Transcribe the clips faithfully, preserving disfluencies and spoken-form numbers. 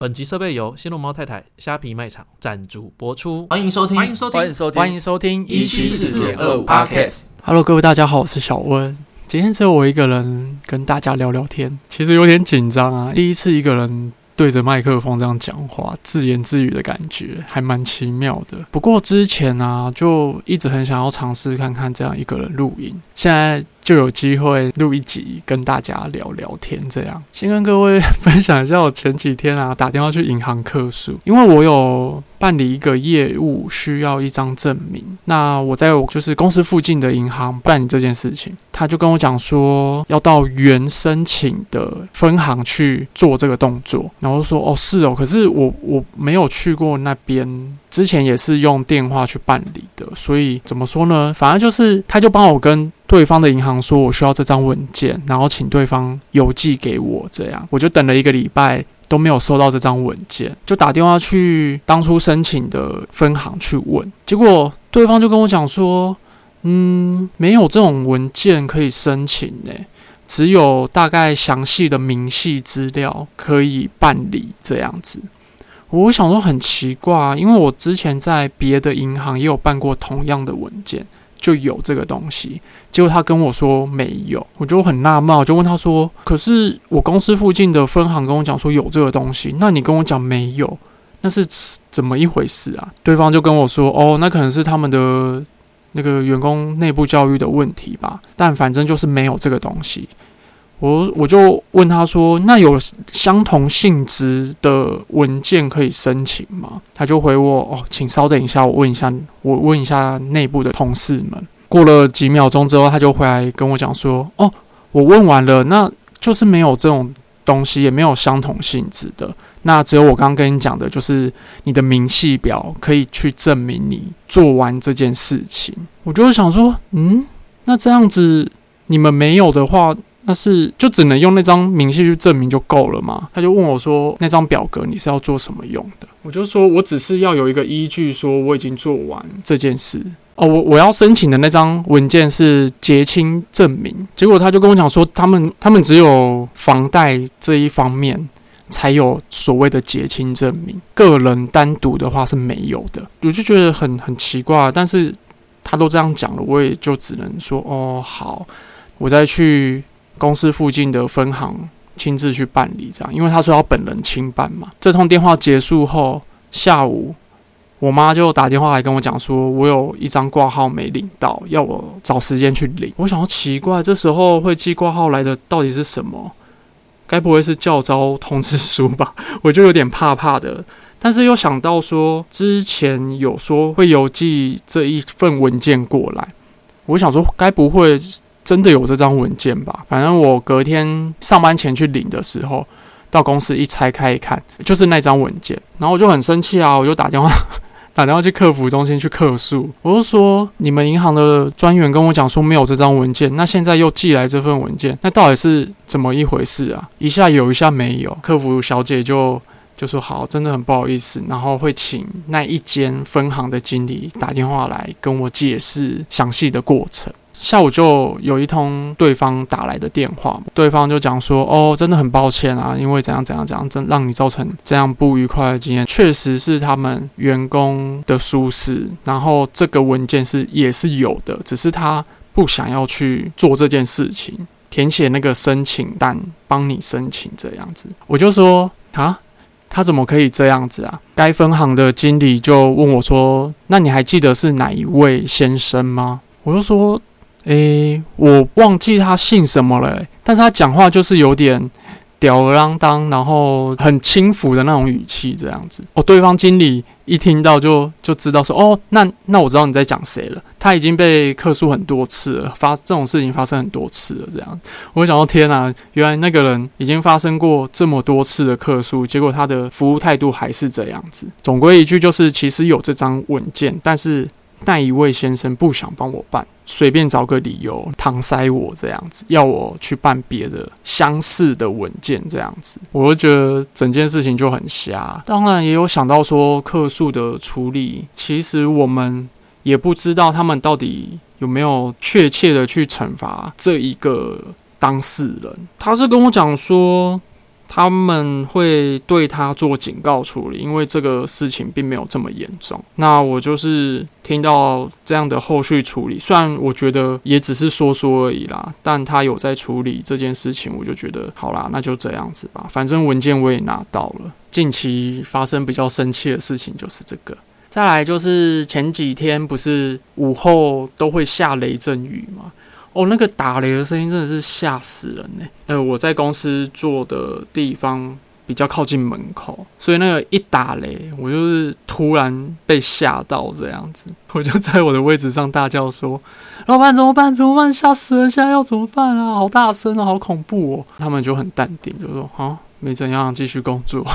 本集设备由新龙猫太太虾皮卖场赞助播出， 欢迎收听， 欢迎收听， 欢迎收听， 欢迎收听一七四点二五 Podcast。 Hello， 各位大家好，我是小温。今天只有我一个人跟大家聊聊天，其实有点紧张啊，第一次一个人对着麦克风这样讲话，自言自语的感觉还蛮奇妙的。不过之前啊，就一直很想要尝试看看这样一个人录音，现在就有机会录一集跟大家聊聊天。这样先跟各位分享一下，我前几天啊打电话去银行客诉，因为我有办理一个业务需要一张证明，那我在我就是公司附近的银行办理这件事情，他就跟我讲说要到原申请的分行去做这个动作，然后就说哦是哦，可是我我没有去过那边，之前也是用电话去办理的，所以怎么说呢？反正就是他就帮我跟对方的银行说我需要这张文件，然后请对方邮寄给我，这样我就等了一个礼拜都没有收到这张文件，就打电话去当初申请的分行去问，结果对方就跟我讲说，嗯，没有这种文件可以申请欸，只有大概详细的明细资料可以办理这样子。我想说很奇怪啊，因为我之前在别的银行也有办过同样的文件，就有这个东西，结果他跟我说没有，我就很纳闷，我就问他说，可是我公司附近的分行跟我讲说有这个东西，那你跟我讲没有，那是怎么一回事啊？对方就跟我说，哦，那可能是他们的那个员工内部教育的问题吧，但反正就是没有这个东西。我我就问他说，那有相同性质的文件可以申请吗？他就回我，哦，请稍等一下，我问一下，我问一下内部的同事们。过了几秒钟之后，他就回来跟我讲说，哦，我问完了，那就是没有这种东西，也没有相同性质的。那只有我刚刚跟你讲的，就是你的明细表可以去证明你做完这件事情。我就想说，嗯，那这样子你们没有的话，那是就只能用那张明细去证明就够了吗？他就问我说，那张表格你是要做什么用的？我就说我只是要有一个依据，说我已经做完这件事。哦，我我要申请的那张文件是结清证明。结果他就跟我讲说，他们他们只有房贷这一方面才有所谓的结清证明，个人单独的话是没有的。我就觉得很很奇怪，但是他都这样讲了，我也就只能说哦好，我再去公司附近的分行亲自去办理，这样，因为他说要本人亲办嘛。这通电话结束后，下午我妈就打电话来跟我讲说，我有一张挂号没领到，要我找时间去领。我想要奇怪，这时候会寄挂号来的到底是什么？该不会是教召通知书吧？我就有点怕怕的。但是又想到说，之前有说会邮寄这一份文件过来，我想说该不会真的有这张文件吧？反正我隔天上班前去领的时候，到公司一拆开一看，就是那张文件。然后我就很生气啊，我就打电话打电话去客服中心去客诉，我就说你们银行的专员跟我讲说没有这张文件，那现在又寄来这份文件，那到底是怎么一回事啊？一下有一下没有。客服小姐就就说好，真的很不好意思，然后会请那一间分行的经理打电话来跟我解释详细的过程。下午就有一通对方打来的电话，对方就讲说，哦，真的很抱歉啊，因为怎样怎样怎样，真让你造成这样不愉快的经验，确实是他们员工的疏失，然后这个文件是也是有的，只是他不想要去做这件事情，填写那个申请单帮你申请这样子。我就说啊，他怎么可以这样子啊？该分行的经理就问我说，那你还记得是哪一位先生吗？我就说诶，我忘记他姓什么了，欸，但是他讲话就是有点吊儿郎当，然后很轻浮的那种语气这样子。哦，对方经理一听到就就知道说，哦，那那我知道你在讲谁了。他已经被客诉很多次了，发这种事情发生很多次了，这样。我想到天啊，原来那个人已经发生过这么多次的客诉，结果他的服务态度还是这样子。总归一句就是，其实有这张文件，但是那一位先生不想帮我办，随便找个理由搪塞我这样子，要我去办别的相似的文件这样子，我就觉得整件事情就很瞎。当然也有想到说客诉的处理，其实我们也不知道他们到底有没有确切的去惩罚这一个当事人。他是跟我讲说， 他们会对他做警告处理，因为这个事情并没有这么严重。那我就是听到这样的后续处理，虽然我觉得也只是说说而已啦，但他有在处理这件事情，我就觉得好啦，那就这样子吧，反正文件我也拿到了。近期发生比较生气的事情就是这个。再来就是前几天不是午后都会下雷阵雨吗？哦，那个打雷的声音真的是吓死人呢。呃，我在公司坐的地方比较靠近门口，所以那个一打雷，我就是突然被吓到这样子，我就在我的位置上大叫说：“老板怎么办？怎么办？吓死人！现在要怎么办啊？好大声啊，好恐怖哦！”他们就很淡定，就说：“啊，没怎样，继续工作。”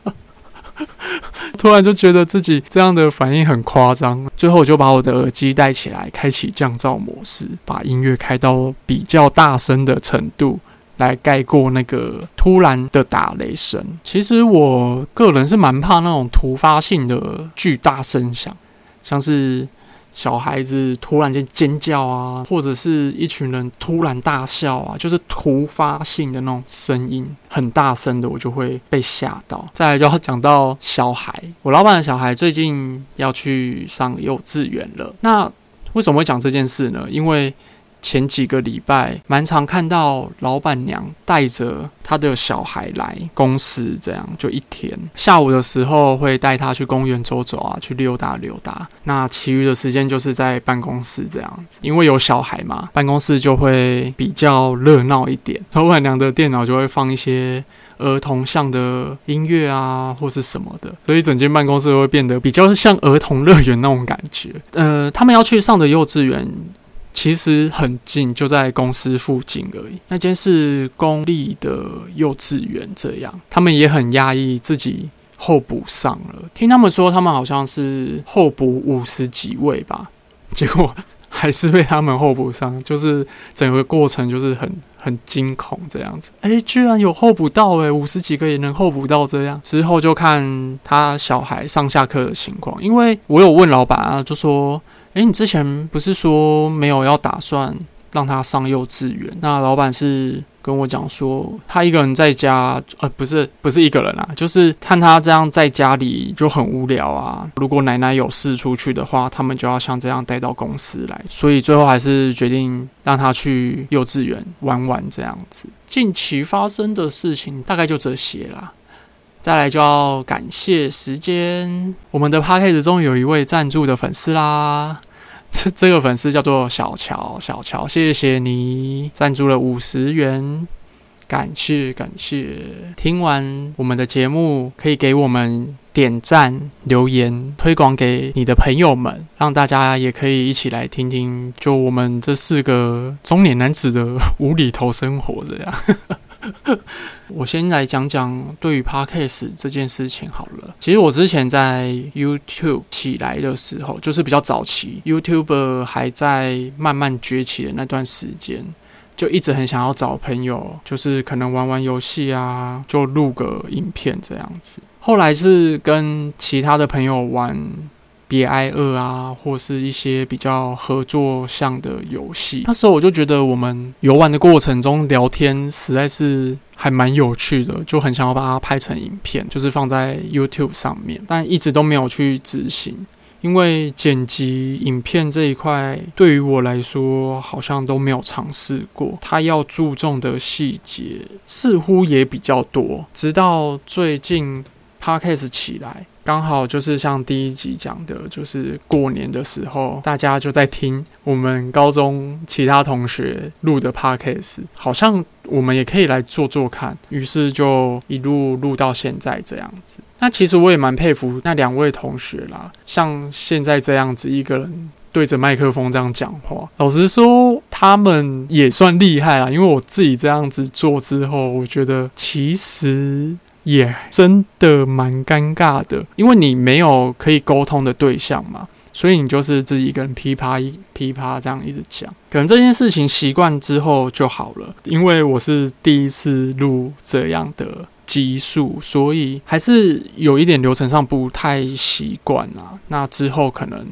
突然就觉得自己这样的反应很夸张，最后我就把我的耳机戴起来，开启降噪模式，把音乐开到比较大声的程度，来盖过那个突然的打雷声。其实我个人是蛮怕那种突发性的巨大声响，像是小孩子突然间尖叫啊，或者是一群人突然大笑啊，就是突发性的那种声音很大声的，我就会被吓到。再来就要讲到小孩，我老板的小孩最近要去上幼稚园了。那为什么会讲这件事呢？因为前几个礼拜蛮常看到老板娘带着她的小孩来公司，这样就一天下午的时候会带他去公园走走啊，去溜达溜达，那其余的时间就是在办公室这样子。因为有小孩嘛，办公室就会比较热闹一点，老板娘的电脑就会放一些儿童向的音乐啊或是什么的，所以整间办公室会变得比较像儿童乐园那种感觉。呃，他们要去上的幼稚园其实很近，就在公司附近而已。那间是公立的幼稚园，这样他们也很压抑自己候补上了。听他们说，他们好像是候补五十几位吧，结果还是被他们候补上，就是整个过程就是很很惊恐这样子。哎，居然有候补到哎，五十几个也能候补到这样。之后就看他小孩上下课的情况，因为我有问老板啊，就说。哎，你之前不是说没有要打算让他上幼稚园？那老板是跟我讲说，他一个人在家，呃，不是不是一个人啦，就是看他这样在家里就很无聊啊。如果奶奶有事出去的话，他们就要像这样带到公司来，所以最后还是决定让他去幼稚园玩玩这样子。近期发生的事情大概就这些啦。再来就要感谢时间，我们的 Podcast 中有一位赞助的粉丝啦，这这个粉丝叫做小乔，小乔，谢谢你赞助了五十元，感谢感谢。听完我们的节目，可以给我们点赞、留言，推广给你的朋友们，让大家也可以一起来听听，就我们这四个中年男子的无厘头生活这样。我先来讲讲对于 Podcast 这件事情好了。其实我之前在 YouTube 起来的时候，就是比较早期 YouTuber 还在慢慢崛起的那段时间，就一直很想要找朋友，就是可能玩玩游戏啊，就录个影片这样子。后来是跟其他的朋友玩别挨饿啊，或是一些比较合作向的游戏。那时候我就觉得我们游玩的过程中聊天实在是还蛮有趣的，就很想要把它拍成影片，就是放在 YouTube 上面，但一直都没有去执行。因为剪辑影片这一块对于我来说好像都没有尝试过，它要注重的细节似乎也比较多。直到最近 Podcast 起来，刚好就是像第一集讲的，就是过年的时候大家就在听我们高中其他同学录的 Podcast， 好像我们也可以来做做看，于是就一路录到现在这样子。那其实我也蛮佩服那两位同学啦，像现在这样子一个人对着麦克风这样讲话，老实说他们也算厉害啦，因为我自己这样子做之后，我觉得其实也真的蛮尴尬的，因为你没有可以沟通的对象嘛，所以你就是自己一个人噼啪噼啪这样一直讲。可能这件事情习惯之后就好了，因为我是第一次录这样的集数，所以还是有一点流程上不太习惯啊。那之后可能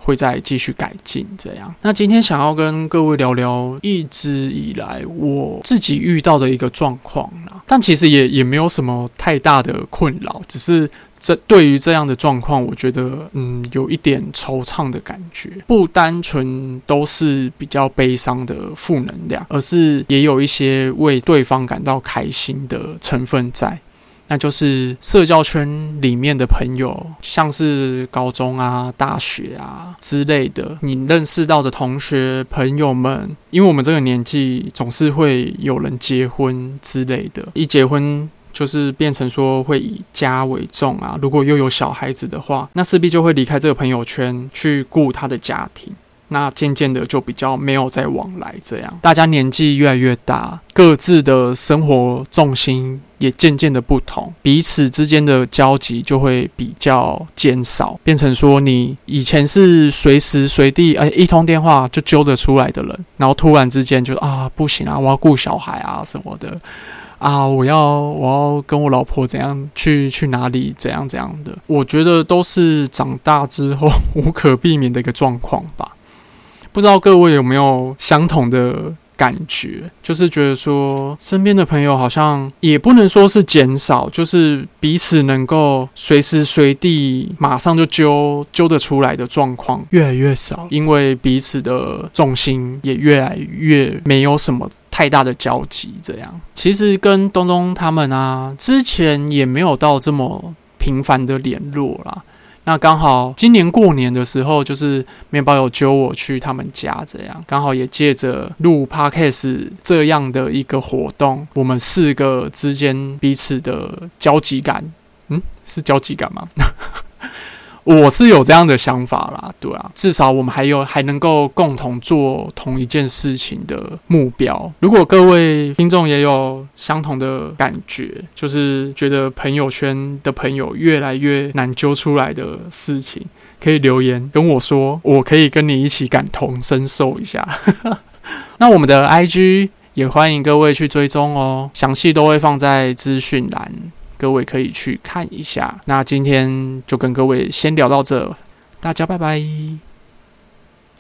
会再继续改进这样。那今天想要跟各位聊聊一直以来我自己遇到的一个状况啦，但其实也也没有什么太大的困扰，只是这对于这样的状况，我觉得嗯有一点惆怅的感觉，不单纯都是比较悲伤的负能量，而是也有一些为对方感到开心的成分在。那就是社交圈里面的朋友，像是高中啊、大学啊之类的，你认识到的同学朋友们，因为我们这个年纪总是会有人结婚之类的，一结婚就是变成说会以家为重啊，如果又有小孩子的话，那势必就会离开这个朋友圈去顾他的家庭，那渐渐的就比较没有再往来这样。大家年纪越来越大，各自的生活重心也渐渐的不同，彼此之间的交集就会比较减少，变成说你以前是随时随地、哎、一通电话就揪得出来的人，然后突然之间就啊不行啊，我要顾小孩啊什么的啊，我要我要跟我老婆怎样去去哪里怎样怎样的，我觉得都是长大之后无可避免的一个状况吧。不知道各位有没有相同的感觉，就是觉得说身边的朋友好像也不能说是减少，就是彼此能够随时随地马上就揪揪得出来的状况越来越少，因为彼此的重心也越来越没有什么太大的交集这样。其实跟东东他们啊之前也没有到这么频繁的联络啦，那刚好今年过年的时候，就是面包有揪我去他们家，这样刚好也借着录 Podcast 这样的一个活动，我们四个之间彼此的交集感，嗯，是交集感吗？我是有这样的想法啦，对啊，至少我们还有还能够共同做同一件事情的目标。如果各位听众也有相同的感觉，就是觉得朋友圈的朋友越来越难揪出来的事情，可以留言跟我说，我可以跟你一起感同身受一下。那我们的 I G 也欢迎各位去追踪哦，详细都会放在资讯栏，各位可以去看一下。那今天就跟各位先聊到这，大家拜拜。